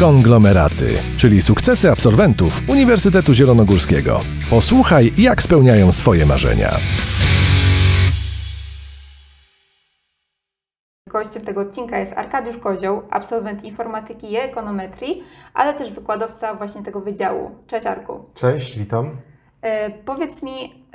Konglomeraty, czyli sukcesy absolwentów Uniwersytetu Zielonogórskiego. Posłuchaj, jak spełniają swoje marzenia. Gościem tego odcinka jest Arkadiusz Kozioł, absolwent informatyki i ekonometrii, ale też wykładowca właśnie tego wydziału. Cześć Arku. Cześć, witam. Powiedz mi,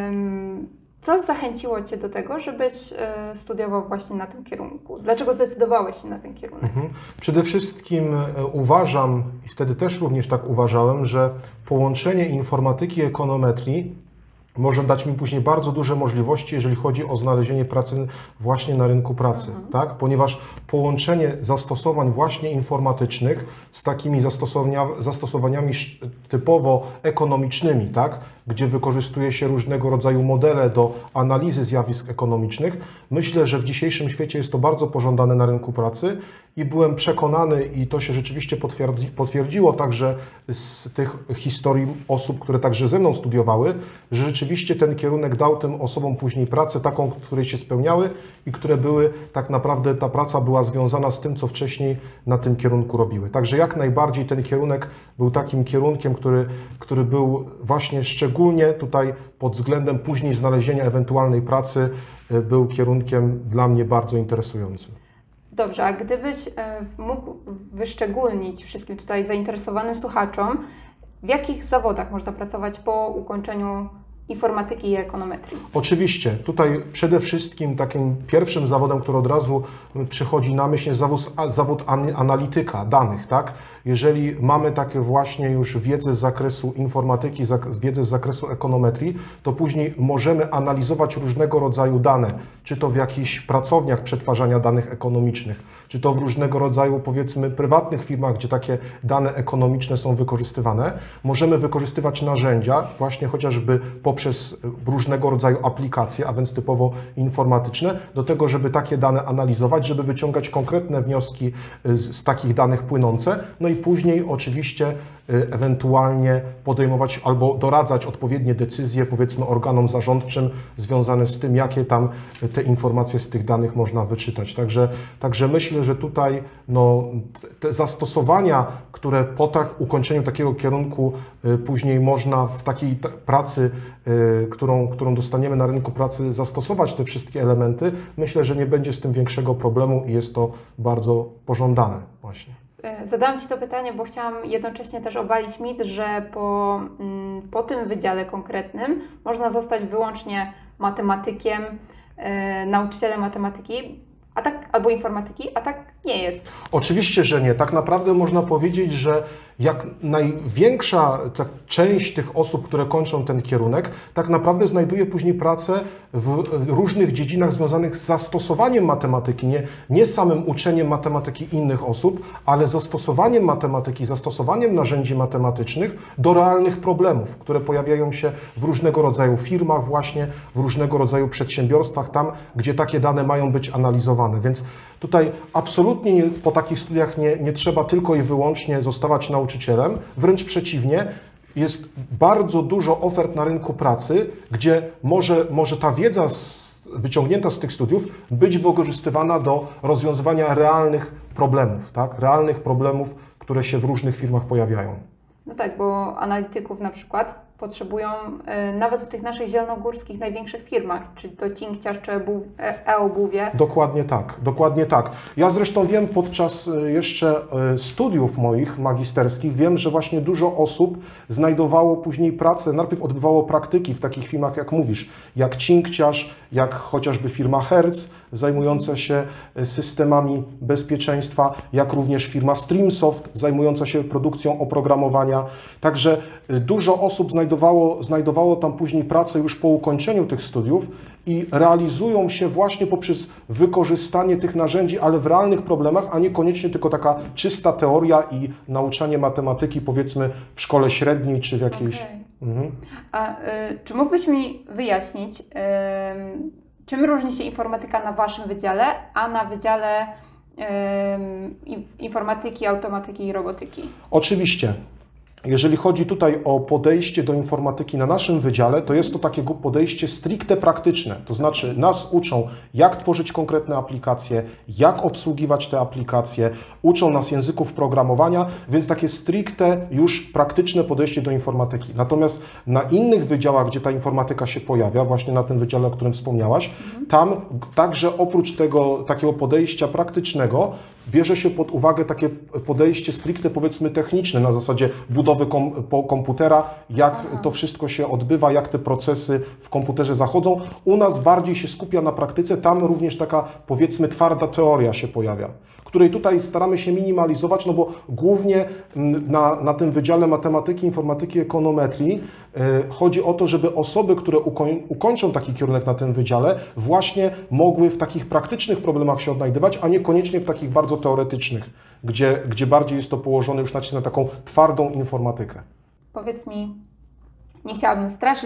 co zachęciło Cię do tego, żebyś studiował właśnie na tym kierunku? Dlaczego zdecydowałeś się na ten kierunek? Przede wszystkim uważam, i wtedy też również tak uważałem, że połączenie informatyki i ekonometrii może dać mi później bardzo duże możliwości, jeżeli chodzi o znalezienie pracy właśnie na rynku pracy, tak? Ponieważ połączenie zastosowań właśnie informatycznych z takimi zastosowaniami typowo ekonomicznymi, tak? Gdzie wykorzystuje się różnego rodzaju modele do analizy zjawisk ekonomicznych, myślę, że w dzisiejszym świecie jest to bardzo pożądane na rynku pracy i byłem przekonany, i to się rzeczywiście potwierdziło także z tych historii osób, które także ze mną studiowały, że rzeczywiście ten kierunek dał tym osobom później pracę taką, w której się spełniały i które były, tak naprawdę ta praca była związana z tym, co wcześniej na tym kierunku robiły. Także jak najbardziej ten kierunek był takim kierunkiem, który był właśnie szczególnie tutaj pod względem później znalezienia ewentualnej pracy, był kierunkiem dla mnie bardzo interesującym. Dobrze, a gdybyś mógł wyszczególnić wszystkim tutaj zainteresowanym słuchaczom, w jakich zawodach można pracować po ukończeniu informatyki i ekonometrii? Oczywiście. Tutaj przede wszystkim takim pierwszym zawodem, który od razu przychodzi na myśl, jest zawód analityka danych, tak? Jeżeli mamy takie właśnie już wiedzę z zakresu informatyki, wiedzę z zakresu ekonometrii, to później możemy analizować różnego rodzaju dane, czy to w jakichś pracowniach przetwarzania danych ekonomicznych, czy to w różnego rodzaju, powiedzmy, prywatnych firmach, gdzie takie dane ekonomiczne są wykorzystywane. Możemy wykorzystywać narzędzia właśnie chociażby poprzez różnego rodzaju aplikacje, a więc typowo informatyczne, do tego, żeby takie dane analizować, żeby wyciągać konkretne wnioski z takich danych płynące, no i później oczywiście ewentualnie podejmować albo doradzać odpowiednie decyzje, powiedzmy, organom zarządczym związane z tym, jakie tam te informacje z tych danych można wyczytać. Także myślę, że tutaj no, te zastosowania, które po ukończeniu takiego kierunku później można w takiej pracy, którą dostaniemy na rynku pracy, zastosować te wszystkie elementy, myślę, że nie będzie z tym większego problemu i jest to bardzo pożądane właśnie. Zadałam Ci to pytanie, bo chciałam jednocześnie też obalić mit, że po tym wydziale konkretnym można zostać wyłącznie matematykiem, nauczycielem matematyki, albo informatyki, a tak nie jest. Oczywiście, że nie. Tak naprawdę można powiedzieć, że jak największa część tych osób, które kończą ten kierunek, tak naprawdę znajduje później pracę w różnych dziedzinach związanych z zastosowaniem matematyki, nie samym uczeniem matematyki innych osób, ale zastosowaniem matematyki, zastosowaniem narzędzi matematycznych do realnych problemów, które pojawiają się w różnego rodzaju firmach właśnie, w różnego rodzaju przedsiębiorstwach, tam, gdzie takie dane mają być analizowane. Więc tutaj absolutnie po takich studiach nie trzeba tylko i wyłącznie zostawać nauczycielem, wręcz przeciwnie, jest bardzo dużo ofert na rynku pracy, gdzie może ta wiedza wyciągnięta z tych studiów być wykorzystywana do rozwiązywania realnych problemów, tak? Realnych problemów, które się w różnych firmach pojawiają. No tak, bo analityków na przykład potrzebują nawet w tych naszych zielonogórskich największych firmach, czy to Cinkciarz, czy e-Obuwie. Dokładnie tak, dokładnie tak. Ja zresztą wiem, podczas jeszcze studiów moich magisterskich, wiem, że właśnie dużo osób znajdowało później pracę, najpierw odbywało praktyki w takich firmach, jak mówisz, jak Cinkciarz, jak chociażby firma Hertz, zajmująca się systemami bezpieczeństwa, jak również firma Streamsoft, zajmująca się produkcją oprogramowania. Także dużo osób znajdowało tam później pracę już po ukończeniu tych studiów i realizują się właśnie poprzez wykorzystanie tych narzędzi, ale w realnych problemach, a niekoniecznie tylko taka czysta teoria i nauczanie matematyki, powiedzmy, w szkole średniej czy w jakiejś... Okay. A czy mógłbyś mi wyjaśnić, czym różni się informatyka na Waszym wydziale, a na wydziale informatyki, automatyki i robotyki? Oczywiście. jeżeli chodzi tutaj o podejście do informatyki na naszym wydziale, to jest to takie podejście stricte praktyczne. To znaczy nas uczą, jak tworzyć konkretne aplikacje, jak obsługiwać te aplikacje, uczą nas języków programowania, więc takie stricte już praktyczne podejście do informatyki. Natomiast na innych wydziałach, gdzie ta informatyka się pojawia, właśnie na tym wydziale, o którym wspomniałaś, tam także oprócz tego takiego podejścia praktycznego bierze się pod uwagę takie podejście stricte, powiedzmy, techniczne, na zasadzie budowy komputera, jak to wszystko się odbywa, jak te procesy w komputerze zachodzą. U nas bardziej się skupia na praktyce, tam również taka, powiedzmy, twarda teoria się pojawia, której tutaj staramy się minimalizować, no bo głównie na tym Wydziale Matematyki, Informatyki, Ekonometrii chodzi o to, żeby osoby, które ukończą taki kierunek na tym wydziale, właśnie mogły w takich praktycznych problemach się odnajdywać, a niekoniecznie w takich bardzo teoretycznych, gdzie bardziej jest to położone już na taką twardą informatykę. Powiedz mi, nie chciałabym straszyć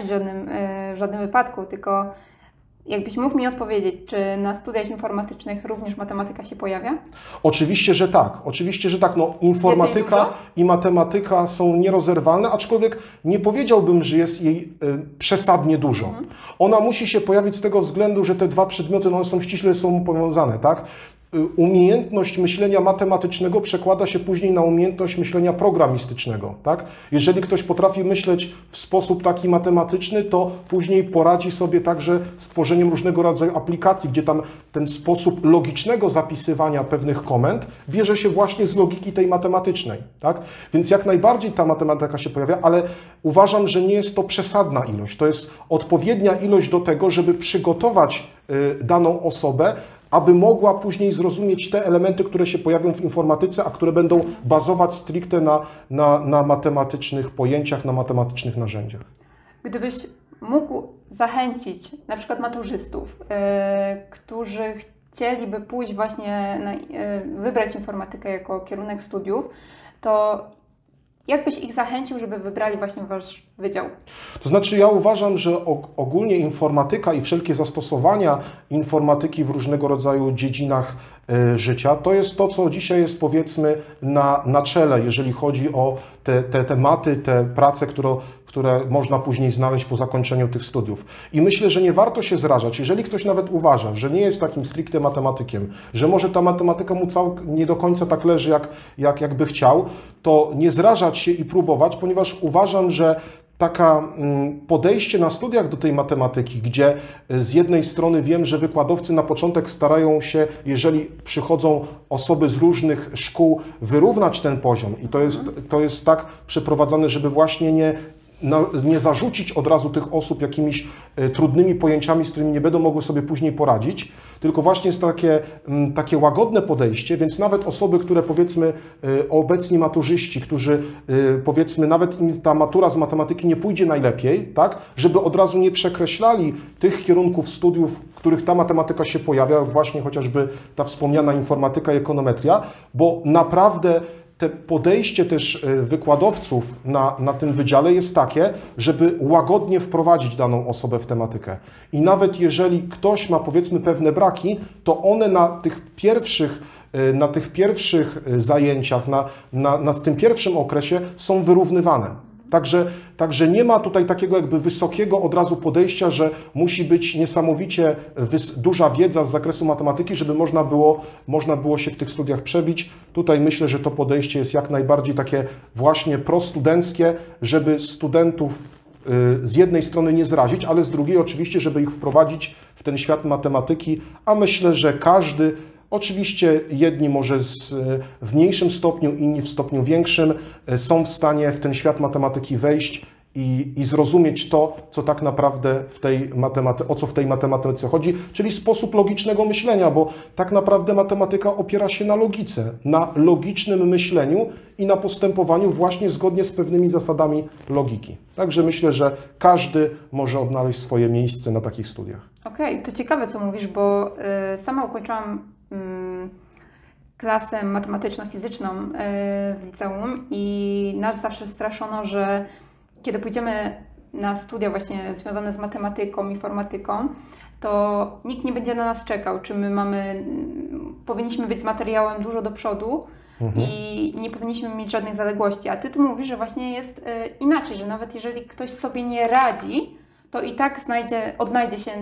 w żadnym wypadku, tylko jakbyś mógł mi odpowiedzieć, czy na studiach informatycznych również matematyka się pojawia? Oczywiście, że tak. Oczywiście, że tak. No, informatyka i matematyka są nierozerwalne, aczkolwiek nie powiedziałbym, że jest jej przesadnie dużo. Ona musi się pojawić z tego względu, że te dwa przedmioty one są ściśle powiązane, tak? Umiejętność myślenia matematycznego przekłada się później na umiejętność myślenia programistycznego, tak? Jeżeli ktoś potrafi myśleć w sposób taki matematyczny, to później poradzi sobie także z tworzeniem różnego rodzaju aplikacji, gdzie tam ten sposób logicznego zapisywania pewnych komend bierze się właśnie z logiki tej matematycznej, tak? Więc jak najbardziej ta matematyka się pojawia, ale uważam, że nie jest to przesadna ilość. To jest odpowiednia ilość do tego, żeby przygotować daną osobę, aby mogła później zrozumieć te elementy, które się pojawią w informatyce, a które będą bazować stricte na matematycznych pojęciach, na matematycznych narzędziach. Gdybyś mógł zachęcić na przykład maturzystów, którzy chcieliby pójść właśnie, wybrać informatykę jako kierunek studiów, to jak byś ich zachęcił, żeby wybrali właśnie wasz wydział? To znaczy, ja uważam, że ogólnie informatyka i wszelkie zastosowania informatyki w różnego rodzaju dziedzinach życia, to jest to, co dzisiaj jest, powiedzmy, na czele, jeżeli chodzi o te tematy, te prace, które można później znaleźć po zakończeniu tych studiów. I myślę, że nie warto się zrażać, jeżeli ktoś nawet uważa, że nie jest takim stricte matematykiem, że może ta matematyka mu nie do końca tak leży, jakby chciał, to nie zrażać się i próbować, ponieważ uważam, że taka podejście na studiach do tej matematyki, gdzie z jednej strony wiem, że wykładowcy na początek starają się, jeżeli przychodzą osoby z różnych szkół, wyrównać ten poziom i to jest tak przeprowadzane, żeby właśnie nie zarzucić od razu tych osób jakimiś trudnymi pojęciami, z którymi nie będą mogły sobie później poradzić, tylko właśnie jest takie łagodne podejście, więc nawet osoby, które powiedzmy obecni maturzyści, którzy powiedzmy nawet im ta matura z matematyki nie pójdzie najlepiej, tak, żeby od razu nie przekreślali tych kierunków studiów, w których ta matematyka się pojawia, właśnie chociażby ta wspomniana informatyka i ekonometria, bo naprawdę te podejście też wykładowców na tym wydziale jest takie, żeby łagodnie wprowadzić daną osobę w tematykę. I nawet jeżeli ktoś ma, powiedzmy, pewne braki, to one na tych pierwszych zajęciach, w tym pierwszym okresie są wyrównywane. Także nie ma tutaj takiego jakby wysokiego od razu podejścia, że musi być niesamowicie duża wiedza z zakresu matematyki, żeby można było się w tych studiach przebić. Tutaj myślę, że to podejście jest jak najbardziej takie właśnie prostudenckie, żeby studentów z jednej strony nie zrazić, ale z drugiej oczywiście, żeby ich wprowadzić w ten świat matematyki, a myślę, że każdy, oczywiście jedni może w mniejszym stopniu, inni w stopniu większym, są w stanie w ten świat matematyki wejść i zrozumieć to, co tak naprawdę o co w tej matematyce chodzi, czyli sposób logicznego myślenia, bo tak naprawdę matematyka opiera się na logice, na logicznym myśleniu i na postępowaniu właśnie zgodnie z pewnymi zasadami logiki. Także myślę, że każdy może odnaleźć swoje miejsce na takich studiach. Okej, to ciekawe, co mówisz, bo sama ukończyłam klasę matematyczno-fizyczną w liceum i nas zawsze straszono, że kiedy pójdziemy na studia właśnie związane z matematyką, informatyką, to nikt nie będzie na nas czekał, czy my powinniśmy być z materiałem dużo do przodu, i nie powinniśmy mieć żadnych zaległości. A Ty tu mówisz, że właśnie jest inaczej, że nawet jeżeli ktoś sobie nie radzi, to i tak odnajdzie się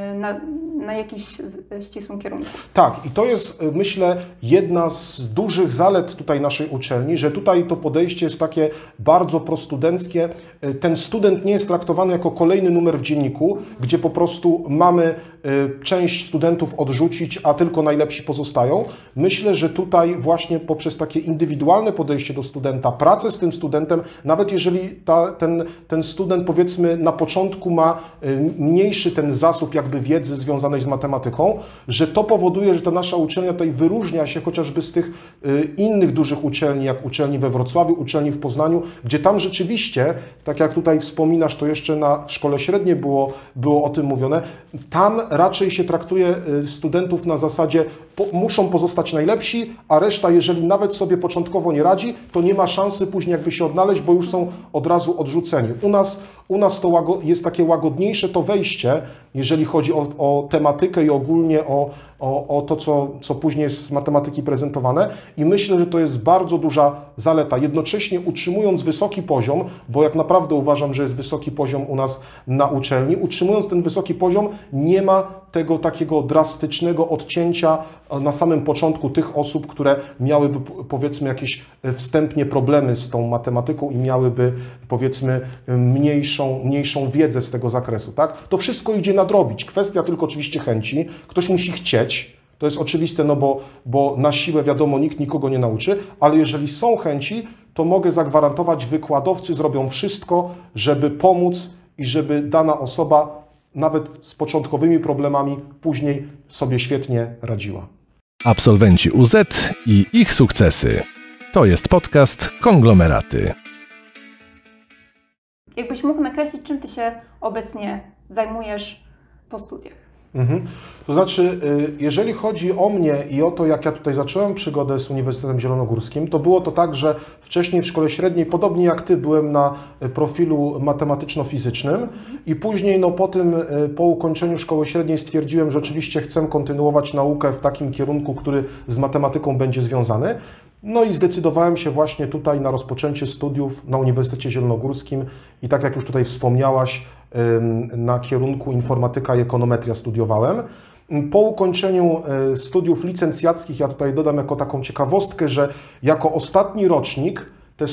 na jakimś ścisłym kierunku. Tak, i to jest, myślę, jedna z dużych zalet tutaj naszej uczelni, że tutaj to podejście jest takie bardzo prostudenckie. Ten student nie jest traktowany jako kolejny numer w dzienniku, gdzie po prostu mamy część studentów odrzucić, a tylko najlepsi pozostają. Myślę, że tutaj właśnie poprzez takie indywidualne podejście do studenta, pracę z tym studentem, nawet jeżeli ten student, powiedzmy, na początku ma mniejszy ten zasób jakby wiedzy związanej z matematyką, że to powoduje, że ta nasza uczelnia tutaj wyróżnia się chociażby z tych innych dużych uczelni, jak uczelni we Wrocławiu, uczelni w Poznaniu, gdzie tam rzeczywiście, tak jak tutaj wspominasz, to jeszcze w szkole średniej było o tym mówione, tam raczej się traktuje studentów na zasadzie muszą pozostać najlepsi, a reszta, jeżeli nawet sobie początkowo nie radzi, to nie ma szansy później jakby się odnaleźć, bo już są od razu odrzuceni. U nas to jest takie łagodniejsze to wejście, jeżeli chodzi o tematykę i ogólnie o to, co później jest z matematyki prezentowane, i myślę, że to jest bardzo duża zaleta, jednocześnie utrzymując wysoki poziom, bo jak naprawdę uważam, że jest wysoki poziom u nas na uczelni, utrzymując ten wysoki poziom, nie ma tego takiego drastycznego odcięcia na samym początku tych osób, które miałyby, powiedzmy, jakieś wstępnie problemy z tą matematyką i miałyby, powiedzmy, mniejszą wiedzę z tego zakresu, tak? To wszystko idzie nadrobić. Kwestia tylko oczywiście chęci. Ktoś musi chcieć. To jest oczywiste, no bo na siłę, wiadomo, nikt nikogo nie nauczy, ale jeżeli są chęci, to mogę zagwarantować, wykładowcy zrobią wszystko, żeby pomóc i żeby dana osoba nawet z początkowymi problemami później sobie świetnie radziła. Absolwenci UZ i ich sukcesy. To jest podcast Konglomeraty. Jakbyś mógł nakreślić, czym Ty się obecnie zajmujesz po studiach? To znaczy, jeżeli chodzi o mnie i o to, jak ja tutaj zacząłem przygodę z Uniwersytetem Zielonogórskim, to było to tak, że wcześniej w szkole średniej, podobnie jak Ty, byłem na profilu matematyczno-fizycznym i później, po ukończeniu szkoły średniej stwierdziłem, że oczywiście chcę kontynuować naukę w takim kierunku, który z matematyką będzie związany. No i zdecydowałem się właśnie tutaj na rozpoczęcie studiów na Uniwersytecie Zielonogórskim i tak jak już tutaj wspomniałaś, na kierunku informatyka i ekonometria studiowałem. Po ukończeniu studiów licencjackich, ja tutaj dodam jako taką ciekawostkę, że jako ostatni rocznik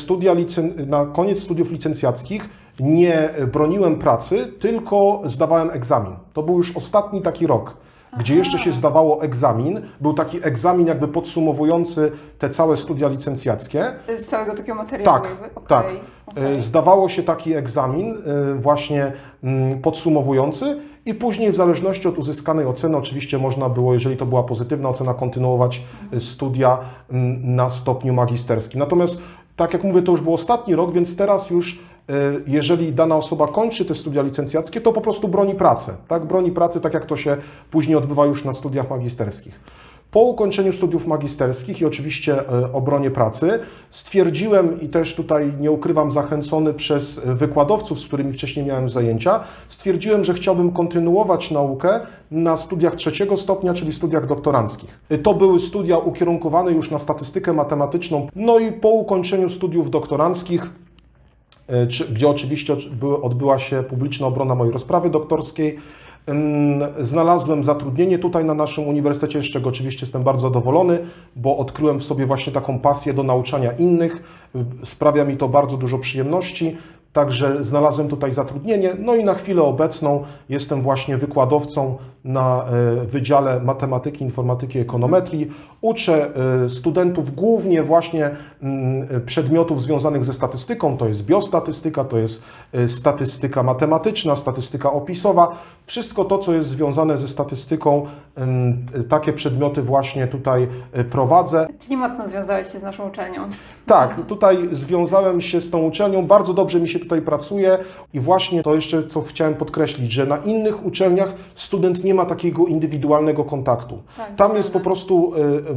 na koniec studiów licencjackich nie broniłem pracy, tylko zdawałem egzamin. To był już ostatni taki rok, gdzie jeszcze się zdawało egzamin. Był taki egzamin jakby podsumowujący te całe studia licencjackie. Z całego takiego materiału? Tak. Zdawało się taki egzamin właśnie podsumowujący i później w zależności od uzyskanej oceny oczywiście można było, jeżeli to była pozytywna ocena, kontynuować studia na stopniu magisterskim. Natomiast tak jak mówię, to już był ostatni rok, więc teraz już jeżeli dana osoba kończy te studia licencjackie, to po prostu broni pracę. Tak? Broni pracę, tak jak to się później odbywa już na studiach magisterskich. Po ukończeniu studiów magisterskich i oczywiście obronie pracy stwierdziłem, i też tutaj nie ukrywam, zachęcony przez wykładowców, z którymi wcześniej miałem zajęcia, stwierdziłem, że chciałbym kontynuować naukę na studiach 3. stopnia, czyli studiach doktoranckich. To były studia ukierunkowane już na statystykę matematyczną. No i po ukończeniu studiów doktoranckich, gdzie oczywiście odbyła się publiczna obrona mojej rozprawy doktorskiej, znalazłem zatrudnienie tutaj na naszym uniwersytecie, z czego oczywiście jestem bardzo zadowolony, bo odkryłem w sobie właśnie taką pasję do nauczania innych. Sprawia mi to bardzo dużo przyjemności. Także znalazłem tutaj zatrudnienie, no i na chwilę obecną jestem właśnie wykładowcą na Wydziale Matematyki, Informatyki i Ekonometrii. Uczę studentów głównie właśnie przedmiotów związanych ze statystyką, to jest biostatystyka, to jest statystyka matematyczna, statystyka opisowa. Wszystko to, co jest związane ze statystyką, takie przedmioty właśnie tutaj prowadzę. Czyli mocno związałeś się z naszą uczelnią. Tak, tutaj związałem się z tą uczelnią, bardzo dobrze mi się tutaj pracuje i właśnie to jeszcze, co chciałem podkreślić, że na innych uczelniach student nie ma takiego indywidualnego kontaktu. Tak, tam jest po prostu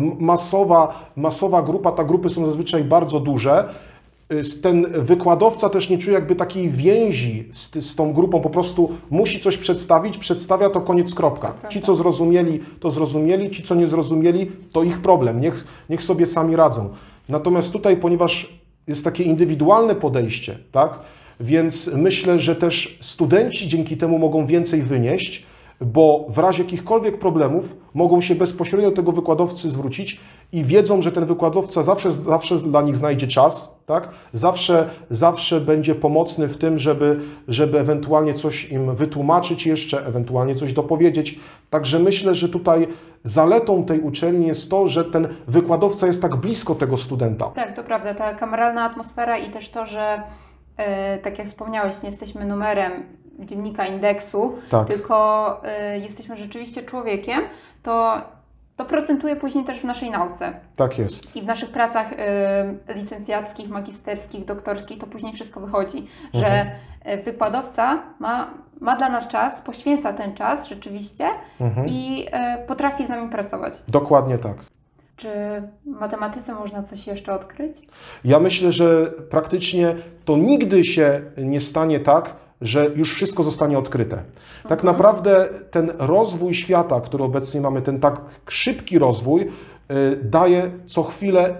masowa grupa, te grupy są zazwyczaj bardzo duże. Ten wykładowca też nie czuje jakby takiej więzi z tą grupą, po prostu musi coś przedstawić, przedstawia to, koniec, kropka. Ci, co zrozumieli, to zrozumieli, ci, co nie zrozumieli, to ich problem, niech sobie sami radzą. Natomiast tutaj, ponieważ jest takie indywidualne podejście, tak, więc myślę, że też studenci dzięki temu mogą więcej wynieść, bo w razie jakichkolwiek problemów mogą się bezpośrednio do tego wykładowcy zwrócić i wiedzą, że ten wykładowca zawsze dla nich znajdzie czas, tak? Zawsze będzie pomocny w tym, żeby ewentualnie coś im wytłumaczyć jeszcze, ewentualnie coś dopowiedzieć. Także myślę, że tutaj zaletą tej uczelni jest to, że ten wykładowca jest tak blisko tego studenta. Tak, to prawda. Ta kameralna atmosfera i też to, że tak jak wspomniałeś, nie jesteśmy numerem dziennika indeksu, Tak. tylko jesteśmy rzeczywiście człowiekiem, to procentuje później też w naszej nauce. Tak jest. I w naszych pracach licencjackich, magisterskich, doktorskich to później wszystko wychodzi, że wykładowca ma dla nas czas, poświęca ten czas rzeczywiście i potrafi z nami pracować. Dokładnie tak. Czy w matematyce można coś jeszcze odkryć? Ja myślę, że praktycznie to nigdy się nie stanie tak, że już wszystko zostanie odkryte. Tak naprawdę ten rozwój świata, który obecnie mamy, ten tak szybki rozwój, daje co chwilę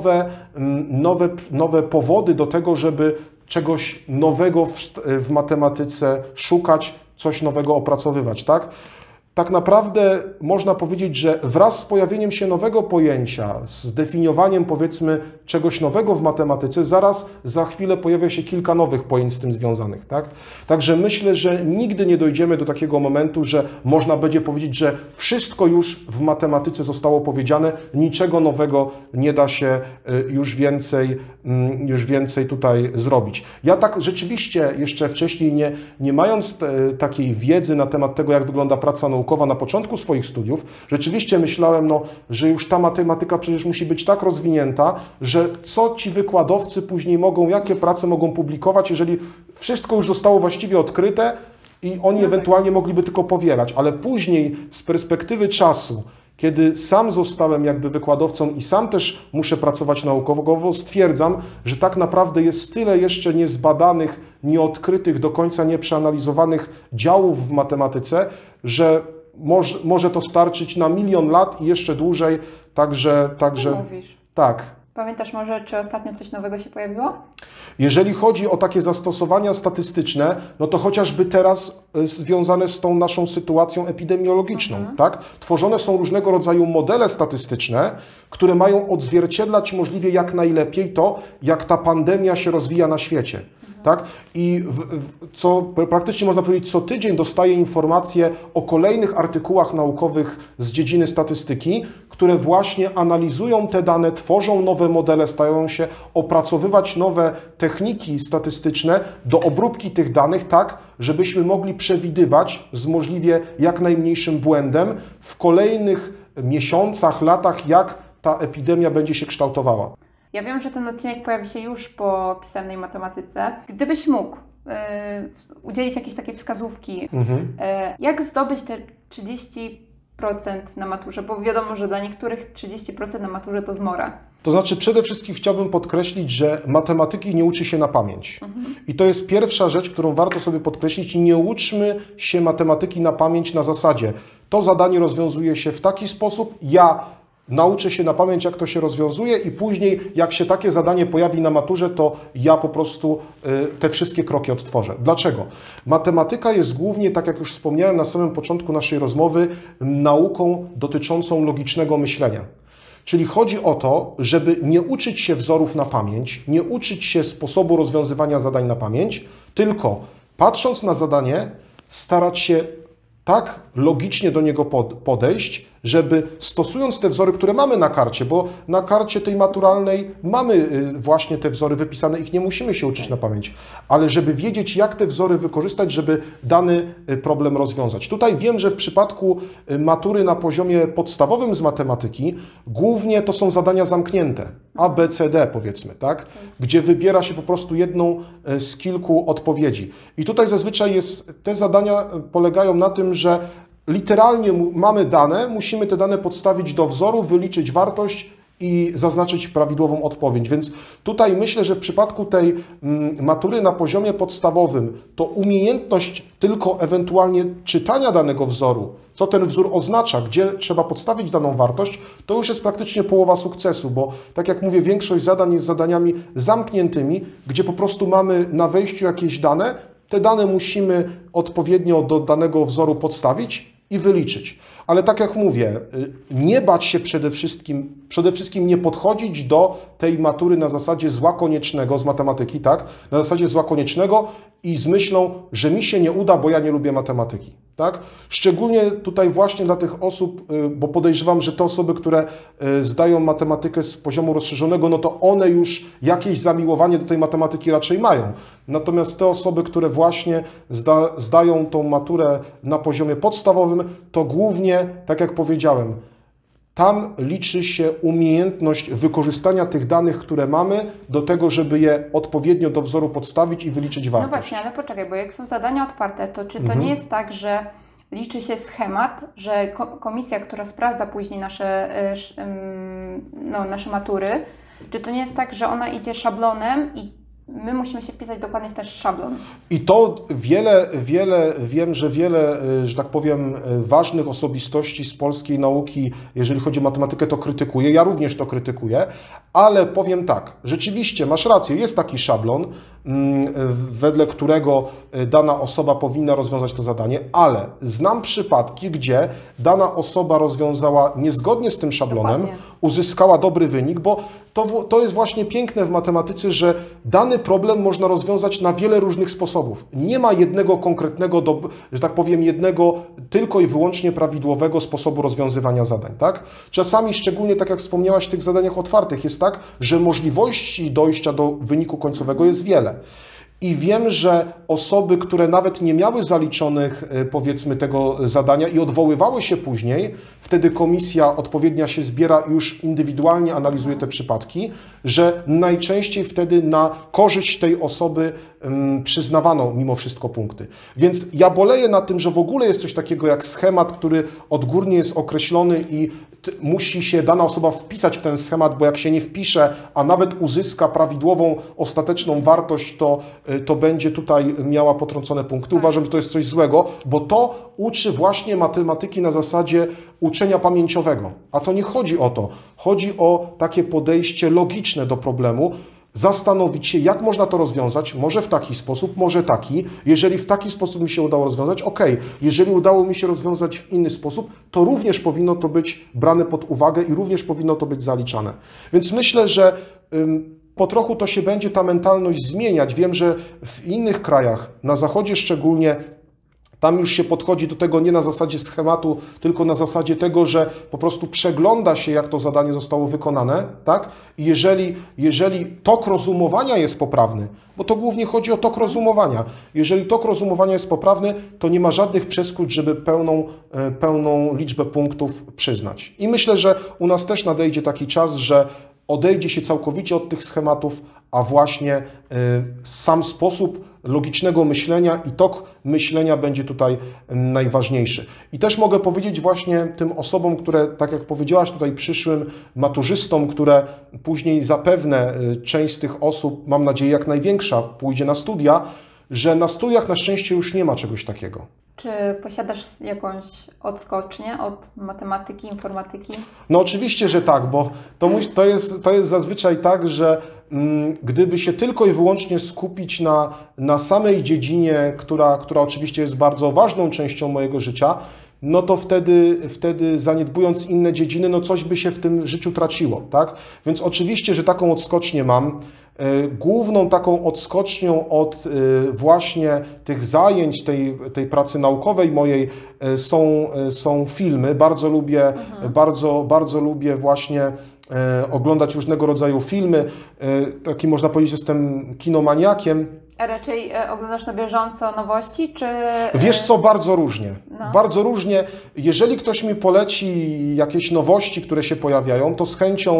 nowe powody do tego, żeby czegoś nowego w matematyce szukać, coś nowego opracowywać, tak? Tak naprawdę można powiedzieć, że wraz z pojawieniem się nowego pojęcia, z definiowaniem powiedzmy czegoś nowego w matematyce, za chwilę pojawia się kilka nowych pojęć z tym związanych, tak? Także myślę, że nigdy nie dojdziemy do takiego momentu, że można będzie powiedzieć, że wszystko już w matematyce zostało powiedziane, niczego nowego nie da się już więcej tutaj zrobić. Ja tak rzeczywiście jeszcze wcześniej nie mając takiej wiedzy na temat tego, jak wygląda praca naukowa na początku swoich studiów, rzeczywiście myślałem, że już ta matematyka przecież musi być tak rozwinięta, że co ci wykładowcy później mogą, jakie prace mogą publikować, jeżeli wszystko już zostało właściwie odkryte i oni ewentualnie mogliby tylko powielać. Ale później z perspektywy czasu, kiedy sam zostałem jakby wykładowcą i sam też muszę pracować naukowo, stwierdzam, że tak naprawdę jest tyle jeszcze niezbadanych, nieodkrytych, do końca nieprzeanalizowanych działów w matematyce, że może to starczyć na 1 000 000 lat i jeszcze dłużej, także Mówisz. tak. Pamiętasz może, czy ostatnio coś nowego się pojawiło? Jeżeli chodzi o takie zastosowania statystyczne, no to chociażby teraz związane z tą naszą sytuacją epidemiologiczną, tak? Tworzone są różnego rodzaju modele statystyczne, które mają odzwierciedlać możliwie jak najlepiej to, jak ta pandemia się rozwija na świecie. Tak? I co praktycznie można powiedzieć, co tydzień dostaję informacje o kolejnych artykułach naukowych z dziedziny statystyki, które właśnie analizują te dane, tworzą nowe modele, starają się opracowywać nowe techniki statystyczne do obróbki tych danych tak, żebyśmy mogli przewidywać z możliwie jak najmniejszym błędem w kolejnych miesiącach, latach, jak ta epidemia będzie się kształtowała. Ja wiem, że ten odcinek pojawi się już po pisemnej matematyce. Gdybyś mógł udzielić jakieś takie wskazówki, jak zdobyć te 30% na maturze? Bo wiadomo, że dla niektórych 30% na maturze to zmora. To znaczy przede wszystkim chciałbym podkreślić, że matematyki nie uczy się na pamięć. I to jest pierwsza rzecz, którą warto sobie podkreślić. Nie uczmy się matematyki na pamięć na zasadzie. To zadanie rozwiązuje się w taki sposób, ja nauczę się na pamięć, jak to się rozwiązuje i później, jak się takie zadanie pojawi na maturze, to ja po prostu te wszystkie kroki odtworzę. Dlaczego? Matematyka jest głównie, tak jak już wspomniałem na samym początku naszej rozmowy, nauką dotyczącą logicznego myślenia. Czyli chodzi o to, żeby nie uczyć się wzorów na pamięć, nie uczyć się sposobu rozwiązywania zadań na pamięć, tylko patrząc na zadanie, starać się tak logicznie do niego podejść, żeby stosując te wzory, które mamy na karcie, bo na karcie tej maturalnej mamy właśnie te wzory wypisane, ich nie musimy się uczyć na pamięć, ale żeby wiedzieć, jak te wzory wykorzystać, żeby dany problem rozwiązać. Tutaj wiem, że w przypadku matury na poziomie podstawowym z matematyki głównie to są zadania zamknięte, A, B, C, D powiedzmy, tak? Gdzie wybiera się po prostu jedną z kilku odpowiedzi. I tutaj zazwyczaj te zadania polegają na tym, że literalnie mamy dane, musimy te dane podstawić do wzoru, wyliczyć wartość i zaznaczyć prawidłową odpowiedź. Więc tutaj myślę, że w przypadku tej matury na poziomie podstawowym to umiejętność tylko ewentualnie czytania danego wzoru, co ten wzór oznacza, gdzie trzeba podstawić daną wartość, to już jest praktycznie połowa sukcesu, bo tak jak mówię, większość zadań jest zadaniami zamkniętymi, gdzie po prostu mamy na wejściu jakieś dane, te dane musimy odpowiednio do danego wzoru podstawić i wyliczyć. Ale tak jak mówię, nie bać się przede wszystkim nie podchodzić do tej matury na zasadzie zła koniecznego z matematyki, tak? Na zasadzie zła koniecznego i z myślą, że mi się nie uda, bo ja nie lubię matematyki, tak? Szczególnie tutaj właśnie dla tych osób, bo podejrzewam, że te osoby, które zdają matematykę z poziomu rozszerzonego, no to one już jakieś zamiłowanie do tej matematyki raczej mają. Natomiast te osoby, które właśnie zdają tą maturę na poziomie podstawowym, to głównie, tak jak powiedziałem, tam liczy się umiejętność wykorzystania tych danych, które mamy, do tego, żeby je odpowiednio do wzoru podstawić i wyliczyć wartość. No właśnie, ale poczekaj, bo jak są zadania otwarte, to czy to nie jest tak, że liczy się schemat, że komisja, która sprawdza później nasze matury, czy to nie jest tak, że ona idzie szablonem i my musimy się wpisać dokładnie w ten szablon? I to wiem, że wiele, że tak powiem, ważnych osobistości z polskiej nauki, jeżeli chodzi o matematykę, to krytykuje. Ja również to krytykuję, ale powiem tak, rzeczywiście masz rację, jest taki szablon, wedle którego dana osoba powinna rozwiązać to zadanie, ale znam przypadki, gdzie dana osoba rozwiązała niezgodnie z tym szablonem, Dokładnie. uzyskała dobry wynik, bo to jest właśnie piękne w matematyce, że dany problem można rozwiązać na wiele różnych sposobów. Nie ma jednego konkretnego, że tak powiem, jednego tylko i wyłącznie prawidłowego sposobu rozwiązywania zadań, tak? Czasami, szczególnie tak jak wspomniałaś w tych zadaniach otwartych, jest tak, że możliwości dojścia do wyniku końcowego jest wiele. I wiem, że osoby, które nawet nie miały zaliczonych, powiedzmy, tego zadania i odwoływały się później, wtedy komisja odpowiednia się zbiera i już indywidualnie analizuje te przypadki, że najczęściej wtedy na korzyść tej osoby przyznawano mimo wszystko punkty. Więc ja boleję nad tym, że w ogóle jest coś takiego jak schemat, który odgórnie jest określony i musi się dana osoba wpisać w ten schemat, bo jak się nie wpisze, a nawet uzyska prawidłową, ostateczną wartość, to będzie tutaj miała potrącone punkty. Uważam, że to jest coś złego, bo to uczy właśnie matematyki na zasadzie uczenia pamięciowego. A to nie chodzi o to. Chodzi o takie podejście logiczne do problemu, zastanowić się, jak można to rozwiązać, może w taki sposób, może taki. Jeżeli w taki sposób mi się udało rozwiązać, ok. Jeżeli udało mi się rozwiązać w inny sposób, to również powinno to być brane pod uwagę i również powinno to być zaliczane. Więc myślę, że po trochu to się będzie ta mentalność zmieniać. Wiem, że w innych krajach, na Zachodzie szczególnie, tam już się podchodzi do tego nie na zasadzie schematu, tylko na zasadzie tego, że po prostu przegląda się, jak to zadanie zostało wykonane, tak? I jeżeli tok rozumowania jest poprawny, bo to głównie chodzi o tok rozumowania, jeżeli tok rozumowania jest poprawny, to nie ma żadnych przeszkód, żeby pełną liczbę punktów przyznać. I myślę, że u nas też nadejdzie taki czas, że odejdzie się całkowicie od tych schematów, a właśnie sam sposób logicznego myślenia i tok myślenia będzie tutaj najważniejszy. I też mogę powiedzieć właśnie tym osobom, które, tak jak powiedziałaś, tutaj przyszłym maturzystom, które później zapewne część z tych osób, mam nadzieję jak największa, pójdzie na studia, że na studiach na szczęście już nie ma czegoś takiego. Czy posiadasz jakąś odskocznię od matematyki, informatyki? No oczywiście, że tak, bo to jest zazwyczaj tak, że gdyby się tylko i wyłącznie skupić na samej dziedzinie, która oczywiście jest bardzo ważną częścią mojego życia, no to wtedy zaniedbując inne dziedziny, no coś by się w tym życiu traciło, tak? Więc oczywiście, że taką odskocznię mam. Główną taką odskocznią od właśnie tych zajęć, tej pracy naukowej mojej są filmy. Bardzo lubię, bardzo lubię właśnie oglądać różnego rodzaju filmy. Taki można powiedzieć, jestem kinomaniakiem. A raczej oglądasz na bieżąco nowości, czy... Wiesz co, bardzo różnie. No. Bardzo różnie. Jeżeli ktoś mi poleci jakieś nowości, które się pojawiają, to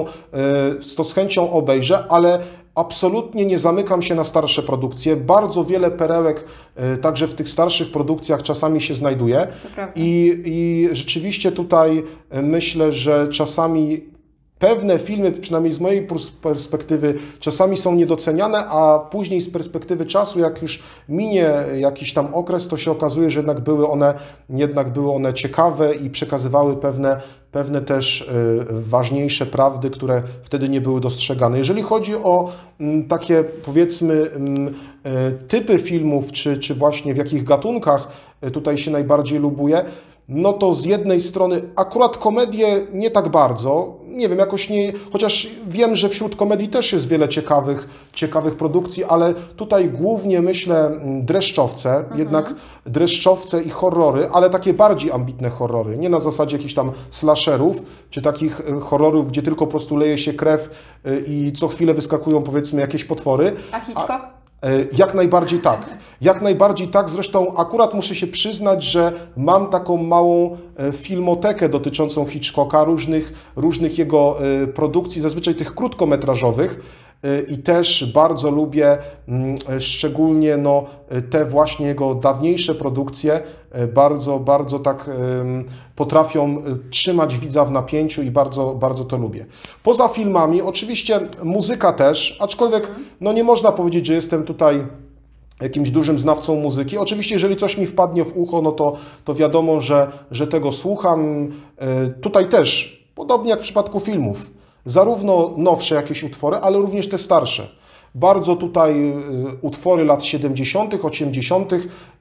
z chęcią obejrzę, ale absolutnie nie zamykam się na starsze produkcje. Bardzo wiele perełek także w tych starszych produkcjach czasami się znajduje. To prawda. I rzeczywiście tutaj myślę, że czasami pewne filmy, przynajmniej z mojej perspektywy, czasami są niedoceniane, a później z perspektywy czasu, jak już minie jakiś tam okres, to się okazuje, że jednak były one ciekawe i przekazywały pewne też ważniejsze prawdy, które wtedy nie były dostrzegane. Jeżeli chodzi o takie, powiedzmy, typy filmów, czy właśnie w jakich gatunkach tutaj się najbardziej lubuje, no to z jednej strony akurat komedie nie tak bardzo, nie wiem, jakoś nie, chociaż wiem, że wśród komedii też jest wiele ciekawych produkcji, ale tutaj głównie myślę dreszczowce, jednak dreszczowce i horrory, ale takie bardziej ambitne horrory, nie na zasadzie jakichś tam slasherów, czy takich horrorów, gdzie tylko po prostu leje się krew i co chwilę wyskakują, powiedzmy, jakieś potwory. A Hitchcock? Jak najbardziej tak. Jak najbardziej tak. Zresztą akurat muszę się przyznać, że mam taką małą filmotekę dotyczącą Hitchcocka, różnych jego produkcji, zazwyczaj tych krótkometrażowych. I też bardzo lubię szczególnie te właśnie jego dawniejsze produkcje, bardzo tak potrafią trzymać widza w napięciu i bardzo to lubię. Poza filmami oczywiście muzyka też, aczkolwiek nie można powiedzieć, że jestem tutaj jakimś dużym znawcą muzyki. Oczywiście, jeżeli coś mi wpadnie w ucho, to wiadomo, że tego słucham. Tutaj też, podobnie jak w przypadku filmów, zarówno nowsze jakieś utwory, ale również te starsze. Bardzo tutaj utwory lat 70., 80.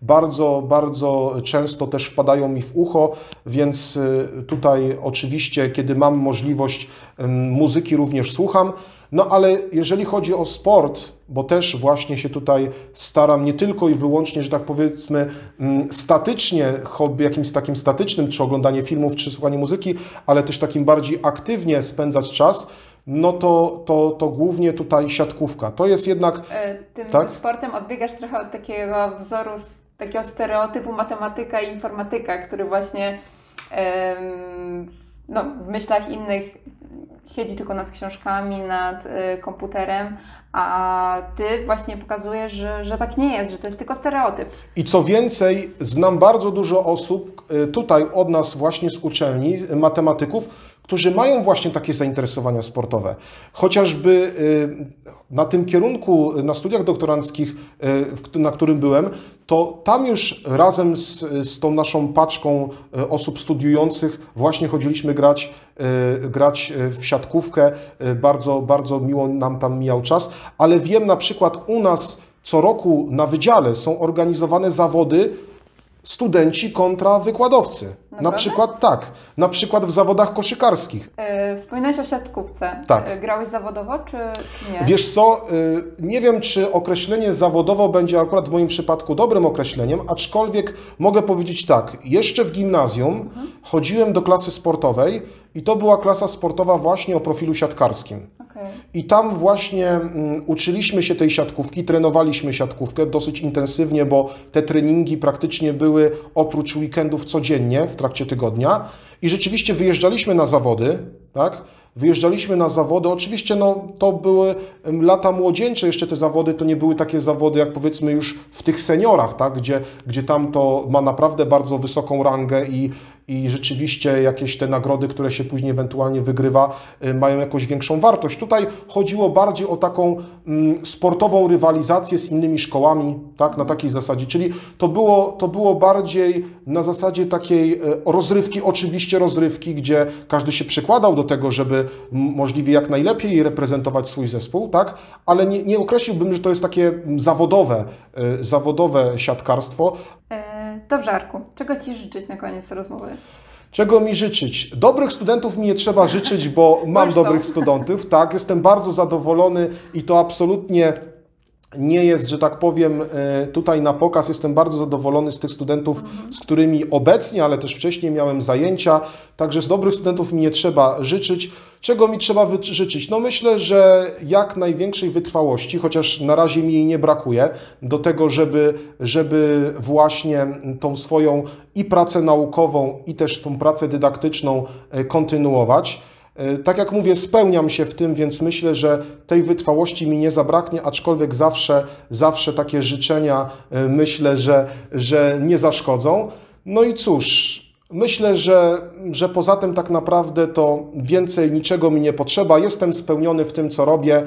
bardzo często też wpadają mi w ucho, więc tutaj oczywiście, kiedy mam możliwość, muzyki również słucham. No ale jeżeli chodzi o sport, bo też właśnie się tutaj staram nie tylko i wyłącznie, że tak powiedzmy, statycznie, hobby jakimś takim statycznym, czy oglądanie filmów, czy słuchanie muzyki, ale też takim bardziej aktywnie spędzać czas, no to głównie tutaj siatkówka. To jest jednak... Tym tak? sportem odbiegasz trochę od takiego wzoru, takiego stereotypu matematyka i informatyka, który właśnie w myślach innych siedzi tylko nad książkami, nad komputerem, a Ty właśnie pokazujesz, że tak nie jest, że to jest tylko stereotyp. I co więcej, znam bardzo dużo osób tutaj od nas właśnie z uczelni, matematyków, którzy mają właśnie takie zainteresowania sportowe. Chociażby na tym kierunku, na studiach doktoranckich, na którym byłem, to tam już razem z tą naszą paczką osób studiujących właśnie chodziliśmy grać w siatkówkę. Bardzo miło nam tam mijał czas, ale wiem na przykład u nas co roku na wydziale są organizowane zawody studenci kontra wykładowcy. Naprawdę? Na przykład tak, na przykład w zawodach koszykarskich. Wspominałeś o siatkówce. Tak. Grałeś zawodowo, czy nie? Wiesz co, nie wiem, czy określenie zawodowo będzie akurat w moim przypadku dobrym określeniem, aczkolwiek mogę powiedzieć tak, jeszcze w gimnazjum chodziłem do klasy sportowej i to była klasa sportowa właśnie o profilu siatkarskim. Okay. I tam właśnie uczyliśmy się tej siatkówki, trenowaliśmy siatkówkę dosyć intensywnie, bo te treningi praktycznie były oprócz weekendów codziennie w trakcie tygodnia i rzeczywiście wyjeżdżaliśmy na zawody, tak? Wyjeżdżaliśmy na zawody, oczywiście to były lata młodzieńcze, jeszcze te zawody to nie były takie zawody jak powiedzmy już w tych seniorach, tak? Gdzie tam to ma naprawdę bardzo wysoką rangę i rzeczywiście jakieś te nagrody, które się później ewentualnie wygrywa, mają jakąś większą wartość. Tutaj chodziło bardziej o taką sportową rywalizację z innymi szkołami, tak? Na takiej zasadzie, czyli to było bardziej na zasadzie takiej rozrywki, oczywiście rozrywki, gdzie każdy się przykładał do tego, żeby możliwie jak najlepiej reprezentować swój zespół, tak? Ale nie określiłbym, że to jest takie zawodowe siatkarstwo. Dobrze, Arku, czego Ci życzyć na koniec rozmowy? Czego mi życzyć? Dobrych studentów mi nie trzeba życzyć, bo mam dobrych studentów, tak? Jestem bardzo zadowolony i to absolutnie nie jest, że tak powiem, tutaj na pokaz. Jestem bardzo zadowolony z tych studentów, z którymi obecnie, ale też wcześniej miałem zajęcia. Także z dobrych studentów mi nie trzeba życzyć. Czego mi trzeba życzyć? No myślę, że jak największej wytrwałości, chociaż na razie mi jej nie brakuje, do tego, żeby właśnie tą swoją i pracę naukową, i też tą pracę dydaktyczną kontynuować. Tak jak mówię, spełniam się w tym, więc myślę, że tej wytrwałości mi nie zabraknie, aczkolwiek zawsze takie życzenia myślę, że nie zaszkodzą. No i cóż, Myślę, że poza tym tak naprawdę to więcej niczego mi nie potrzeba. Jestem spełniony w tym, co robię.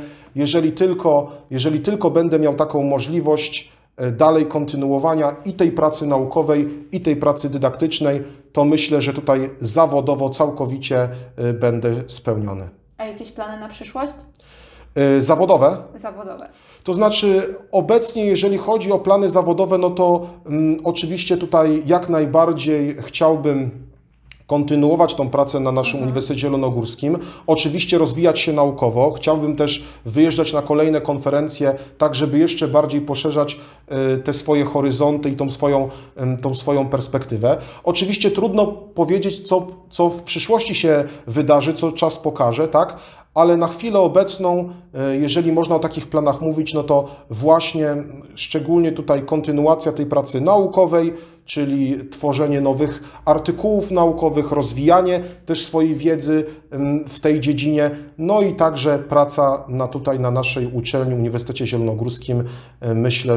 Jeżeli tylko będę miał taką możliwość dalej kontynuowania i tej pracy naukowej, i tej pracy dydaktycznej, to myślę, że tutaj zawodowo całkowicie będę spełniony. A jakieś plany na przyszłość? Zawodowe? Zawodowe. To znaczy obecnie, jeżeli chodzi o plany zawodowe, no to oczywiście tutaj jak najbardziej chciałbym kontynuować tą pracę na naszym Uniwersytecie Zielonogórskim, oczywiście rozwijać się naukowo, chciałbym też wyjeżdżać na kolejne konferencje, tak żeby jeszcze bardziej poszerzać te swoje horyzonty i tą swoją perspektywę. Oczywiście trudno powiedzieć, co w przyszłości się wydarzy, co czas pokaże, tak? Ale na chwilę obecną, jeżeli można o takich planach mówić, no to właśnie szczególnie tutaj kontynuacja tej pracy naukowej, czyli tworzenie nowych artykułów naukowych, rozwijanie też swojej wiedzy w tej dziedzinie, no i także praca tutaj na naszej uczelni, Uniwersytecie Zielonogórskim. Myślę,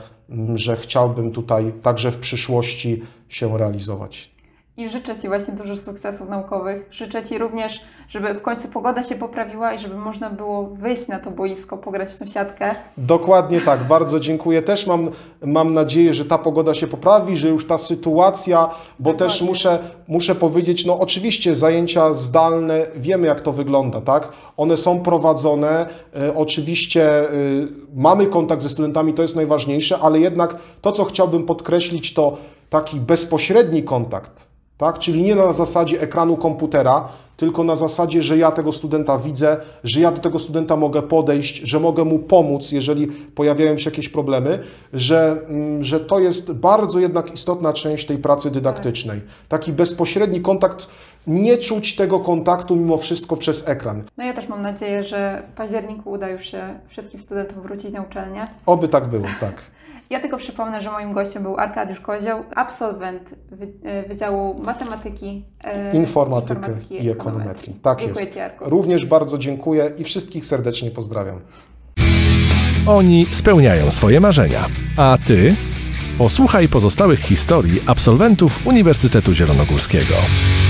że chciałbym tutaj także w przyszłości się realizować. I życzę Ci właśnie dużo sukcesów naukowych. Życzę Ci również, żeby w końcu pogoda się poprawiła i żeby można było wyjść na to boisko, pograć w sąsiadkę. Dokładnie tak, bardzo dziękuję. Też mam nadzieję, że ta pogoda się poprawi, że już ta sytuacja, bo Dokładnie. też muszę powiedzieć, no oczywiście zajęcia zdalne, wiemy jak to wygląda, tak? One są prowadzone, oczywiście mamy kontakt ze studentami, to jest najważniejsze, ale jednak to, co chciałbym podkreślić, to taki bezpośredni kontakt. Tak? Czyli nie na zasadzie ekranu komputera, tylko na zasadzie, że ja tego studenta widzę, że ja do tego studenta mogę podejść, że mogę mu pomóc, jeżeli pojawiają się jakieś problemy, że to jest bardzo jednak istotna część tej pracy dydaktycznej. Taki bezpośredni kontakt, nie czuć tego kontaktu mimo wszystko przez ekran. No ja też mam nadzieję, że w październiku uda już się wszystkim studentom wrócić na uczelnię. Oby tak było, tak. Ja tylko przypomnę, że moim gościem był Arkadiusz Kozioł, absolwent Wydziału Matematyki, Informatyki i Ekonometrii. Tak dziękuję jest. Ci, Arku. Również bardzo dziękuję i wszystkich serdecznie pozdrawiam. Oni spełniają swoje marzenia. A Ty? Posłuchaj pozostałych historii absolwentów Uniwersytetu Zielonogórskiego.